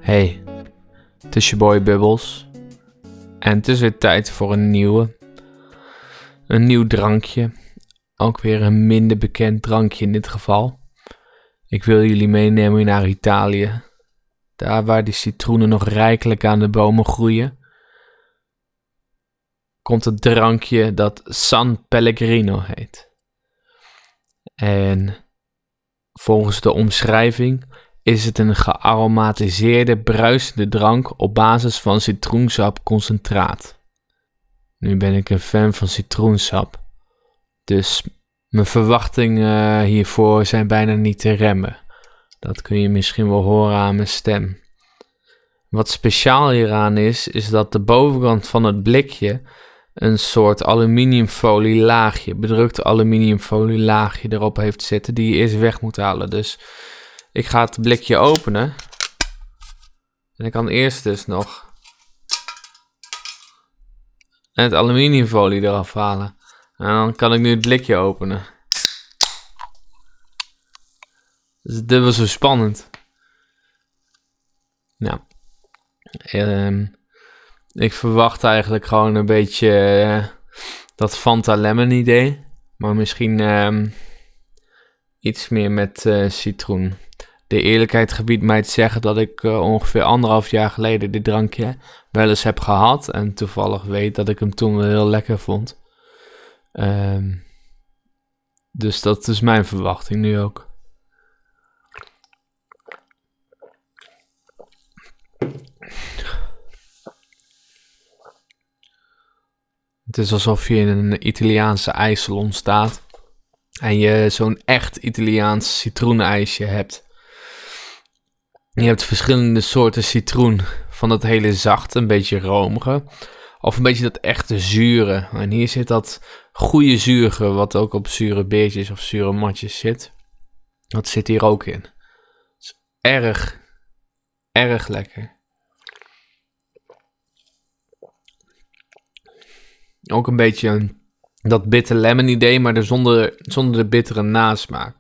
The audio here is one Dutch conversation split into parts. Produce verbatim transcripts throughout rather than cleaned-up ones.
Hey, het is je boy Bubbles. En het is weer tijd voor een nieuwe. Een nieuw drankje. Ook weer een minder bekend drankje in dit geval. Ik wil jullie meenemen naar Italië. Daar waar die citroenen nog rijkelijk aan de bomen groeien. Komt het drankje dat San Pellegrino heet. En volgens de omschrijving is het een gearomatiseerde, bruisende drank op basis van citroensapconcentraat. Nu ben ik een fan van citroensap, dus mijn verwachtingen hiervoor zijn bijna niet te remmen. Dat kun je misschien wel horen aan mijn stem. Wat speciaal hieraan is, is dat de bovenkant van het blikje een soort aluminiumfolie laagje, bedrukt aluminiumfolie laagje erop heeft zitten, die je eerst weg moet halen. Dus ik ga het blikje openen. En ik kan eerst dus nog het aluminiumfolie eraf halen. En dan kan ik nu het blikje openen. Dat is dubbel zo spannend. Nou. Um, ik verwacht eigenlijk gewoon een beetje uh, dat Fanta Lemon idee. Maar misschien um, iets meer met uh, citroen. De eerlijkheid gebiedt mij te zeggen dat ik uh, ongeveer anderhalf jaar geleden dit drankje wel eens heb gehad. En toevallig weet dat ik hem toen wel heel lekker vond. Um, dus dat is mijn verwachting nu ook. Het is alsof je in een Italiaanse ijssalon staat. En je zo'n echt Italiaans citroenijsje hebt. Je hebt verschillende soorten citroen. Van dat hele zachte, een beetje romige. Of een beetje dat echte zure. En hier zit dat goede zure, wat ook op zure beertjes of zure matjes zit. Dat zit hier ook in. Het is erg, erg lekker. Ook een beetje een, dat bitter lemon idee, maar er zonder, zonder de bittere nasmaak.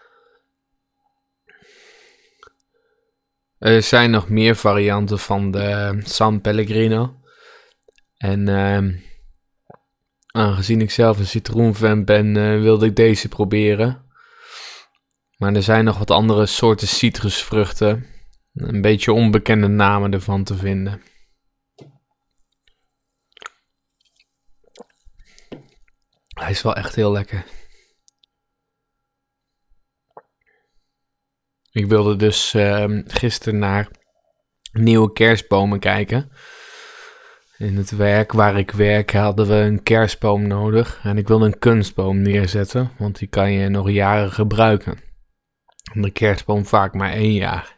Er zijn nog meer varianten van de San Pellegrino. En uh, aangezien ik zelf een citroenfan ben, uh, wilde ik deze proberen. Maar er zijn nog wat andere soorten citrusvruchten. Een beetje onbekende namen ervan te vinden. Hij is wel echt heel lekker. Ik wilde dus uh, gisteren naar nieuwe kerstbomen kijken. In het werk waar ik werk hadden we een kerstboom nodig. En ik wilde een kunstboom neerzetten, want die kan je nog jaren gebruiken. De kerstboom vaak maar één jaar.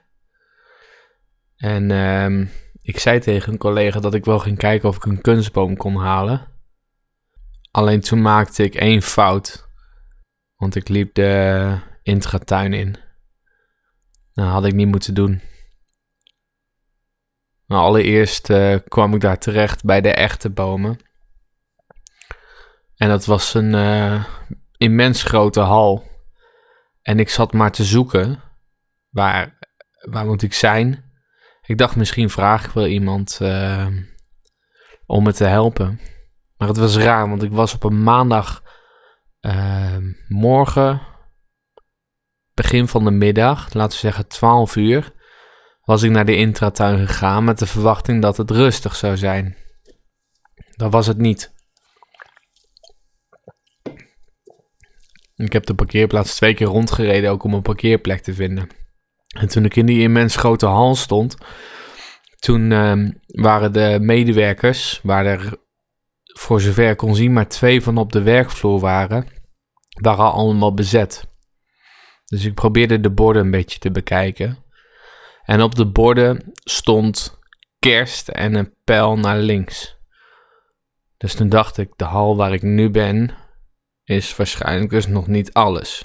En uh, ik zei tegen een collega dat ik wel ging kijken of ik een kunstboom kon halen. Alleen toen maakte ik één fout. Want ik liep de intratuin in. Dat had ik niet moeten doen. Maar allereerst uh, kwam ik daar terecht bij de echte bomen. En dat was een uh, immens grote hal. En ik zat maar te zoeken. Waar, waar moet ik zijn? Ik dacht misschien vraag ik wel iemand uh, om me te helpen. Maar het was raar, want ik was op een maandag uh, morgen, begin van de middag, laten we zeggen twaalf uur, was ik naar de intratuin gegaan met de verwachting dat het rustig zou zijn. Dat was het niet. Ik heb de parkeerplaats twee keer rondgereden, ook om een parkeerplek te vinden. En toen ik in die immens grote hal stond, toen uh, waren de medewerkers, waar er voor zover ik kon zien maar twee van op de werkvloer waren, waren allemaal bezet. Dus ik probeerde de borden een beetje te bekijken. En op de borden stond kerst en een pijl naar links. Dus toen dacht ik, de hal waar ik nu ben, is waarschijnlijk dus nog niet alles.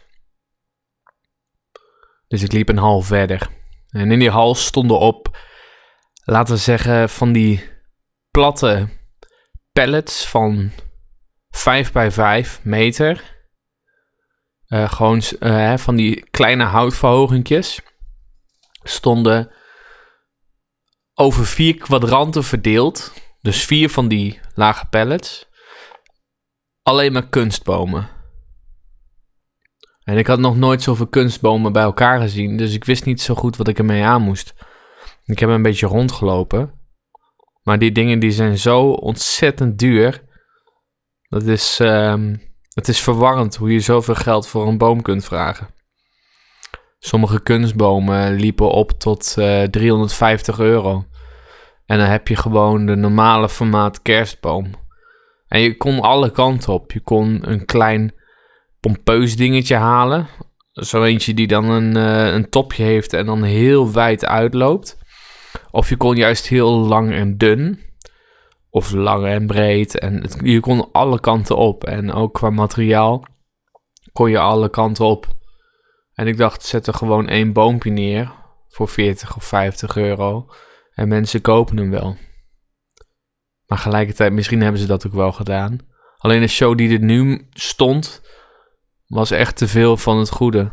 Dus ik liep een hal verder. En in die hal stonden op, laten we zeggen, van die platte pallets van vijf bij vijf meter. Uh, gewoon uh, van die kleine houtverhogingjes. Stonden over vier kwadranten verdeeld. Dus vier van die lage pallets. Alleen maar kunstbomen. En ik had nog nooit zoveel kunstbomen bij elkaar gezien. Dus ik wist niet zo goed wat ik ermee aan moest. Ik heb een beetje rondgelopen. Maar die dingen die zijn zo ontzettend duur. Dat is, um, het is verwarrend hoe je zoveel geld voor een boom kunt vragen. Sommige kunstbomen liepen op tot uh, driehonderdvijftig euro. En dan heb je gewoon de normale formaat kerstboom. En je kon alle kanten op. Je kon een klein pompeus dingetje halen. Zo eentje die dan een, uh, een topje heeft en dan heel wijd uitloopt. Of je kon juist heel lang en dun. Of lang en breed. En het, je kon alle kanten op. En ook qua materiaal kon je alle kanten op. En ik dacht, zet er gewoon één boompje neer. Voor veertig of vijftig euro. En mensen kopen hem wel. Maar tegelijkertijd, misschien hebben ze dat ook wel gedaan. Alleen de show die er nu stond, was echt te veel van het goede.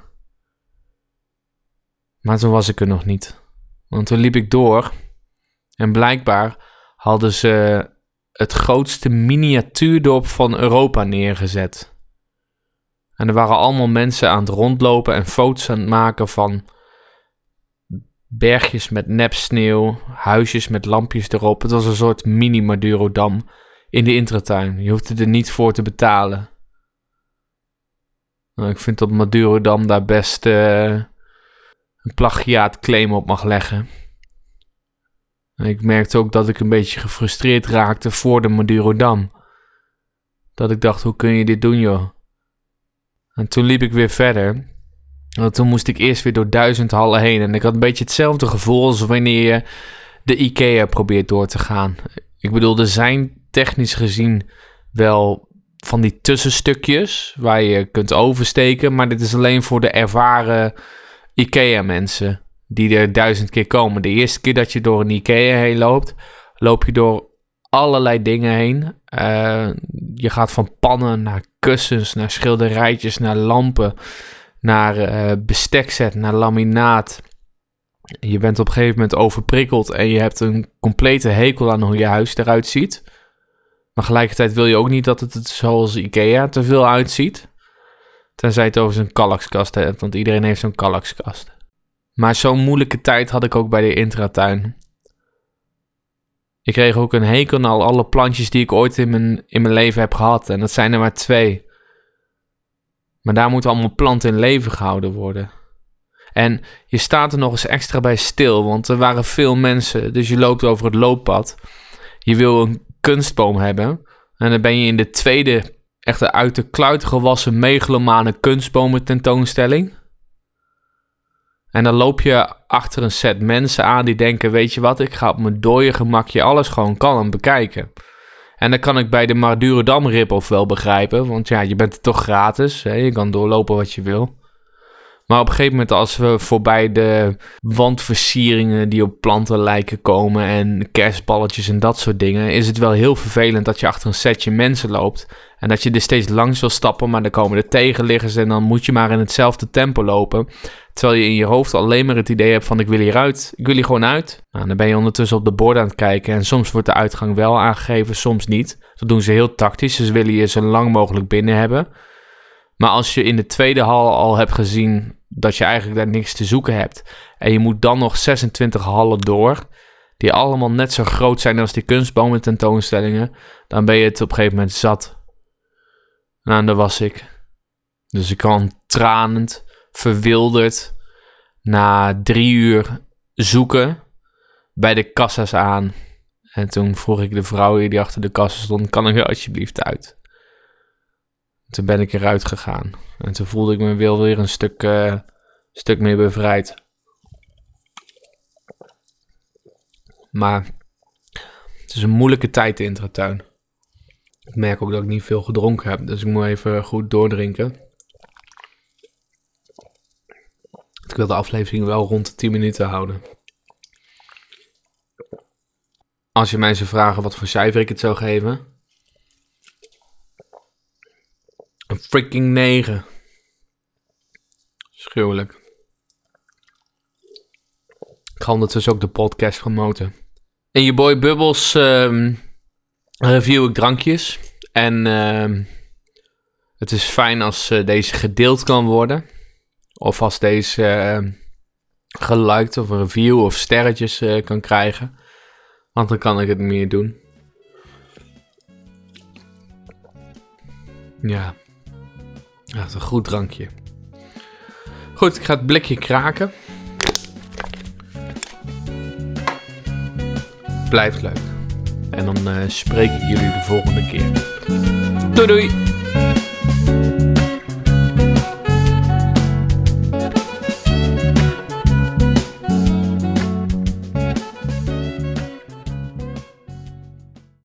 Maar toen was ik er nog niet. Want toen liep ik door. En blijkbaar hadden ze het grootste miniatuurdorp van Europa neergezet. En er waren allemaal mensen aan het rondlopen en foto's aan het maken van bergjes met nepsneeuw, huisjes met lampjes erop. Het was een soort mini-Madurodam in de intratuin. Je hoefde er niet voor te betalen. Nou, ik vind dat Madurodam daar best uh, een plagiaatclaim op mag leggen. En ik merkte ook dat ik een beetje gefrustreerd raakte voor de Madurodam. Dat ik dacht, hoe kun je dit doen, joh? En toen liep ik weer verder. Want toen moest ik eerst weer door duizend hallen heen. En ik had een beetje hetzelfde gevoel als wanneer je de IKEA probeert door te gaan. Ik bedoel, er zijn technisch gezien wel van die tussenstukjes waar je kunt oversteken. Maar dit is alleen voor de ervaren IKEA-mensen die er duizend keer komen. De eerste keer dat je door een IKEA heen loopt, loop je door allerlei dingen heen. Uh, je gaat van pannen naar kussens, naar schilderijtjes, naar lampen, naar uh, bestekset, naar laminaat. Je bent op een gegeven moment overprikkeld en je hebt een complete hekel aan hoe je huis eruit ziet. Maar tegelijkertijd wil je ook niet dat het er zoals IKEA te veel uitziet. Tenzij het over zo'n Kallaxkast hebt, want iedereen heeft zo'n Kallaxkast. Maar zo'n moeilijke tijd had ik ook bij de intratuin. Ik kreeg ook een hekel aan al alle plantjes die ik ooit in mijn, in mijn leven heb gehad. En dat zijn er maar twee. Maar daar moeten allemaal planten in leven gehouden worden. En je staat er nog eens extra bij stil, want er waren veel mensen. Dus je loopt over het looppad. Je wil een kunstboom hebben. En dan ben je in de tweede, echt uit de kluit gewassen megalomane kunstbomen tentoonstelling. En dan loop je achter een set mensen aan die denken, weet je wat, ik ga op mijn dode gemakje alles gewoon kalm bekijken. En dan kan ik bij de Madurodam rip-off wel begrijpen, want ja, je bent er toch gratis, hè? Je kan doorlopen wat je wil. Maar op een gegeven moment als we voorbij de wandversieringen die op planten lijken komen en kerstballetjes en dat soort dingen, is het wel heel vervelend dat je achter een setje mensen loopt en dat je er steeds langs wil stappen, maar dan komen er tegenliggers en dan moet je maar in hetzelfde tempo lopen. Terwijl je in je hoofd alleen maar het idee hebt van ik wil hieruit, ik wil hier gewoon uit. Nou, dan ben je ondertussen op de borden aan het kijken en soms wordt de uitgang wel aangegeven, soms niet. Dat doen ze heel tactisch, ze willen je zo lang mogelijk binnen hebben. Maar als je in de tweede hal al hebt gezien dat je eigenlijk daar niks te zoeken hebt en je moet dan nog zesentwintig hallen door, die allemaal net zo groot zijn als die kunstbomen tentoonstellingen, dan ben je het op een gegeven moment zat. Nou, en daar was ik. Dus ik kwam tranend, verwilderd, na drie uur zoeken bij de kassa's aan. En toen vroeg ik de vrouw die achter de kassa stond, kan ik er alsjeblieft uit? Toen ben ik eruit gegaan. En toen voelde ik me wel weer een stuk, uh, stuk meer bevrijd. Maar het is een moeilijke tijd in de intratuin. Ik merk ook dat ik niet veel gedronken heb. Dus ik moet even goed doordrinken. Ik wil de aflevering wel rond de tien minuten houden. Als je mij zou vragen wat voor cijfer ik het zou geven. Een freaking negen. Schuwelijk. Ik ga ondertussen ook de podcast promoten. In je boy Bubbles um, review ik drankjes. En uh, het is fijn als uh, deze gedeeld kan worden. Of als deze uh, geliked of een review of sterretjes uh, kan krijgen. Want dan kan ik het meer doen. Ja. Echt een goed drankje. Goed, ik ga het blikje kraken. Blijft leuk. En dan uh, spreek ik jullie de volgende keer. Doei doei!